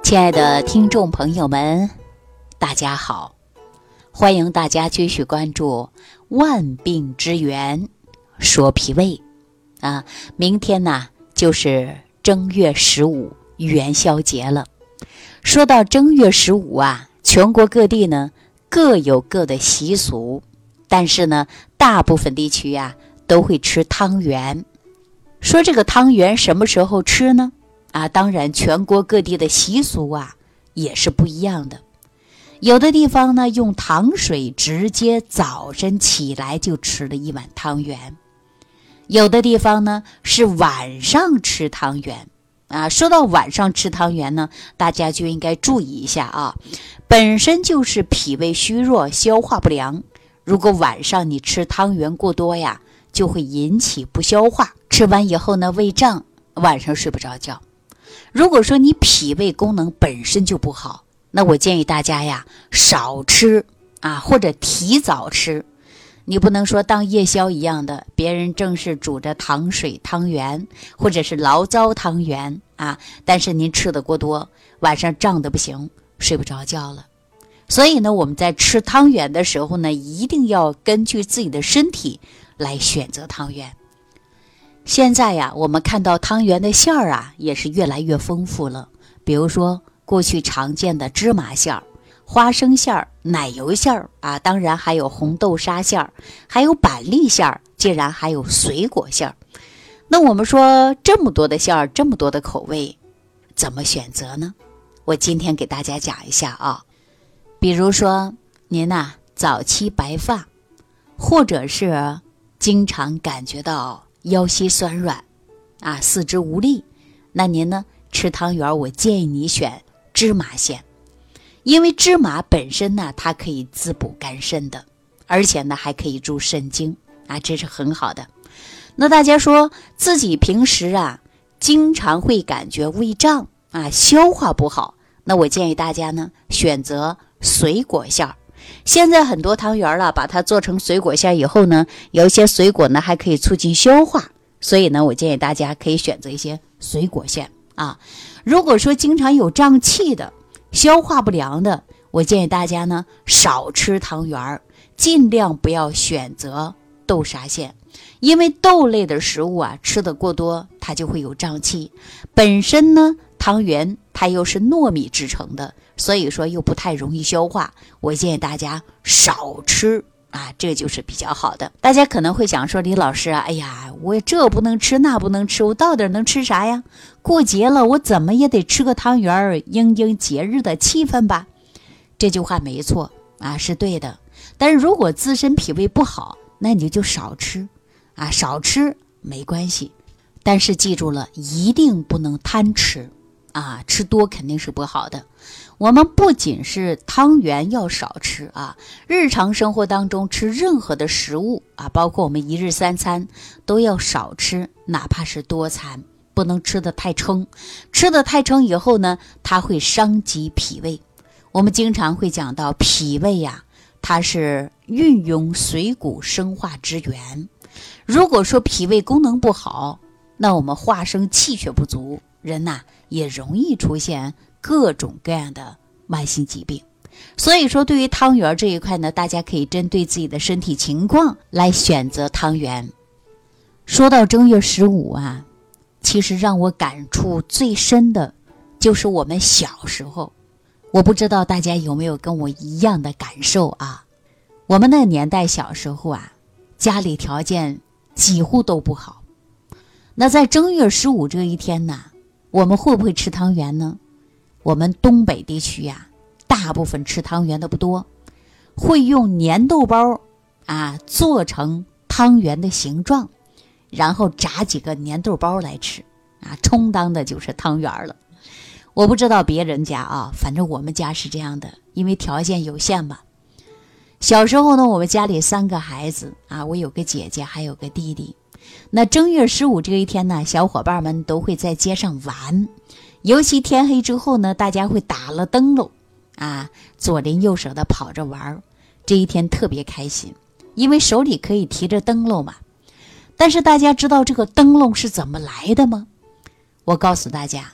亲爱的听众朋友们，大家好，欢迎大家继续关注万病之源说脾胃明天呢就是正月15元宵节了。说到正月15全国各地呢各有各的习俗，但是呢大部分地区都会吃汤圆。说这个汤圆什么时候吃呢？当然全国各地的习俗也是不一样的。有的地方呢用糖水直接早晨起来就吃了一碗汤圆，有的地方呢是晚上吃汤圆说到晚上吃汤圆呢，大家就应该注意一下本身就是脾胃虚弱消化不良，如果晚上你吃汤圆过多就会引起不消化，吃完以后呢胃胀，晚上睡不着觉。如果说你脾胃功能本身就不好，那我建议大家少吃或者提早吃。你不能说当夜宵一样的，别人正是煮着糖水汤圆或者是醪糟汤圆但是您吃的过多，晚上胀得不行，睡不着觉了。所以呢我们在吃汤圆的时候呢，一定要根据自己的身体来选择汤圆。现在我们看到汤圆的馅儿也是越来越丰富了，比如说过去常见的芝麻馅儿、花生馅儿、奶油馅儿当然还有红豆沙馅儿，还有板栗馅儿，竟然还有水果馅儿。那我们说这么多的馅儿，这么多的口味，怎么选择呢？我今天给大家讲一下比如说您早期白发，或者是经常感觉到腰膝酸软四肢无力，那您呢吃汤圆，我建议你选芝麻馅，因为芝麻本身呢它可以滋补肝肾的，而且呢还可以助肾精这是很好的。那大家说自己平时经常会感觉胃胀消化不好，那我建议大家呢选择水果馅儿。现在很多汤圆把它做成水果馅以后呢，有一些水果呢还可以促进消化，所以呢我建议大家可以选择一些水果馅如果说经常有胀气的、消化不良的，我建议大家呢少吃汤圆，尽量不要选择豆沙馅，因为豆类的食物吃得过多，它就会有胀气。本身呢汤圆它又是糯米制成的，所以说又不太容易消化，我建议大家少吃这就是比较好的。大家可能会想说，李老师哎呀，我这不能吃那不能吃，我到底能吃啥呀？过节了我怎么也得吃个汤圆，应节日的气氛吧。这句话没错是对的。但是如果自身脾胃不好，那你就少吃少吃没关系，但是记住了，一定不能贪吃吃多肯定是不好的。我们不仅是汤圆要少吃日常生活当中吃任何的食物包括我们一日三餐都要少吃，哪怕是多餐，不能吃得太撑。吃得太撑以后呢，它会伤及脾胃。我们经常会讲到脾胃它是运用水谷生化之源。如果说脾胃功能不好，那我们化生气血不足，人也容易出现各种各样的慢性疾病。所以说对于汤圆这一块呢，大家可以针对自己的身体情况来选择汤圆。说到正月15其实让我感触最深的就是我们小时候，我不知道大家有没有跟我一样的感受我们那年代小时候家里条件几乎都不好，那在正月15这一天我们会不会吃汤圆呢？我们东北地区大部分吃汤圆的不多，会用粘豆包做成汤圆的形状，然后炸几个粘豆包来吃充当的就是汤圆了。我不知道别人家反正我们家是这样的，因为条件有限嘛。小时候呢，我们家里3个孩子我有个姐姐还有个弟弟。那正月15这一天呢，小伙伴们都会在街上玩，尤其天黑之后呢，大家会打了灯笼左邻右舍的跑着玩，这一天特别开心，因为手里可以提着灯笼嘛。但是大家知道这个灯笼是怎么来的吗？我告诉大家，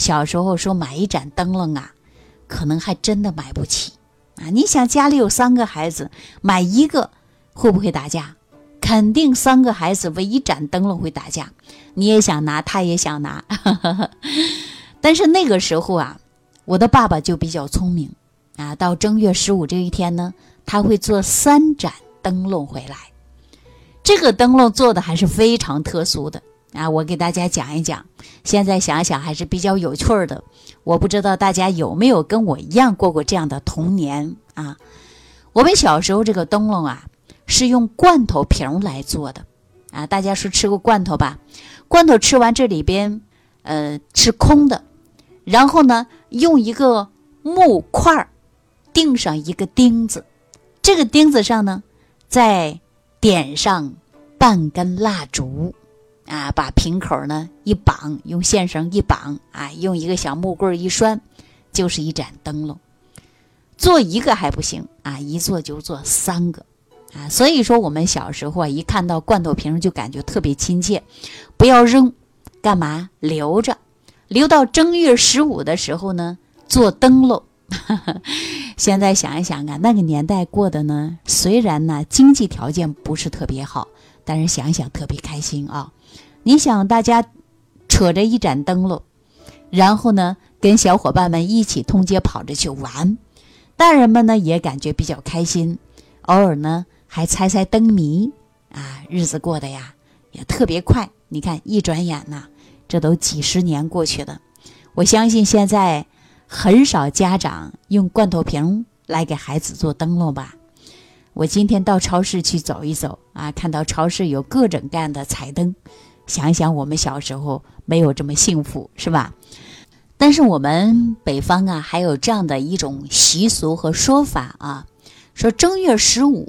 小时候说买一盏灯笼啊，可能还真的买不起啊。你想家里有3个孩子，买一个会不会打架？肯定3个孩子为一盏灯笼会打架，你也想拿，他也想拿。但是那个时候啊，我的爸爸就比较聪明啊，到正月15这一天呢，他会做3盏灯笼回来。这个灯笼做的还是非常特殊的啊，我给大家讲一讲，现在想想还是比较有趣的。我不知道大家有没有跟我一样过这样的童年啊？我们小时候这个灯笼啊，是用罐头瓶来做的啊，大家说吃过罐头吧？罐头吃完这里边是空的，然后呢用一个木块钉上一个钉子，这个钉子上呢再点上半根蜡烛啊，把瓶口呢一绑，用线绳一绑啊，用一个小木棍一拴，就是一盏灯笼。做一个还不行啊，一做就做3个啊。所以说我们小时候啊，一看到罐头瓶就感觉特别亲切，不要扔，干嘛？留着，留到正月15的时候呢做灯笼。现在想一想啊，那个年代过的呢，虽然呢经济条件不是特别好，但是想想特别开心啊。你想大家扯着一盏灯笼，然后呢跟小伙伴们一起通街跑着去玩，大人们呢也感觉比较开心，偶尔呢还猜猜灯谜啊，日子过得呀也特别快。你看一转眼呢，这都几10年过去了。我相信现在很少家长用罐头瓶来给孩子做灯笼吧。我今天到超市去走一走啊，看到超市有各种各样的彩灯，想想我们小时候没有这么幸福，是吧？但是我们北方啊还有这样的一种习俗和说法啊，说正月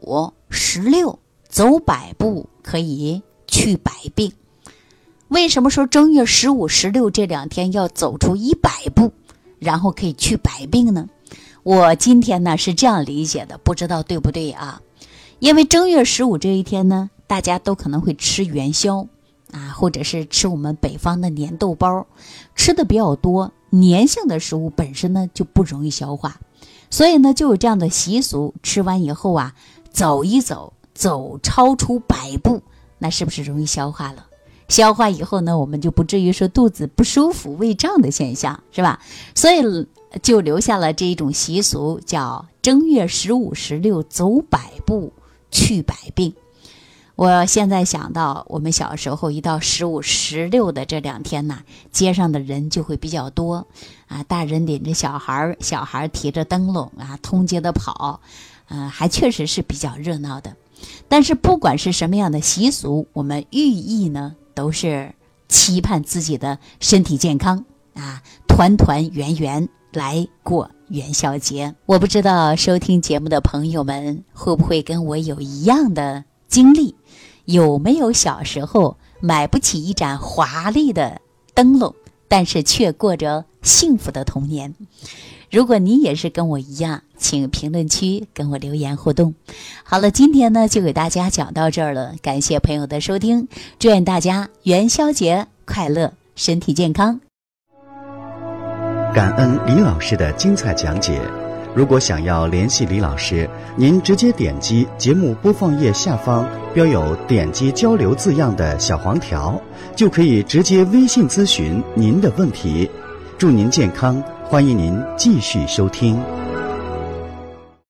15、16走百步可以去百病。为什么说正月15、16这2天要走出100步，然后可以去百病呢？我今天呢是这样理解的，不知道对不对啊？因为正月15这一天呢，大家都可能会吃元宵啊，或者是吃我们北方的粘豆包，吃的比较多，粘性的食物本身呢就不容易消化，所以呢就有这样的习俗，吃完以后啊走一走，走超出100步，那是不是容易消化了？消化以后呢，我们就不至于说肚子不舒服、胃胀的现象，是吧？所以就留下了这一种习俗，叫正月15、16走100步去百病。我现在想到我们小时候一到15、16的这2天呢，街上的人就会比较多啊，大人领着小孩，小孩提着灯笼啊，通街的跑，还确实是比较热闹的。但是不管是什么样的习俗，我们寓意呢都是期盼自己的身体健康啊，团团圆圆来过元宵节。我不知道收听节目的朋友们会不会跟我有一样的经历，有没有小时候买不起一盏华丽的灯笼，但是却过着幸福的童年？如果你也是跟我一样，请评论区跟我留言互动。好了，今天呢就给大家讲到这儿了，感谢朋友的收听，祝愿大家元宵节快乐，身体健康。 感恩李老师的精彩讲解。如果想要联系李老师，您直接点击节目播放页下方标有点击交流字样的小黄条，就可以直接微信咨询您的问题。祝您健康，欢迎您继续收听。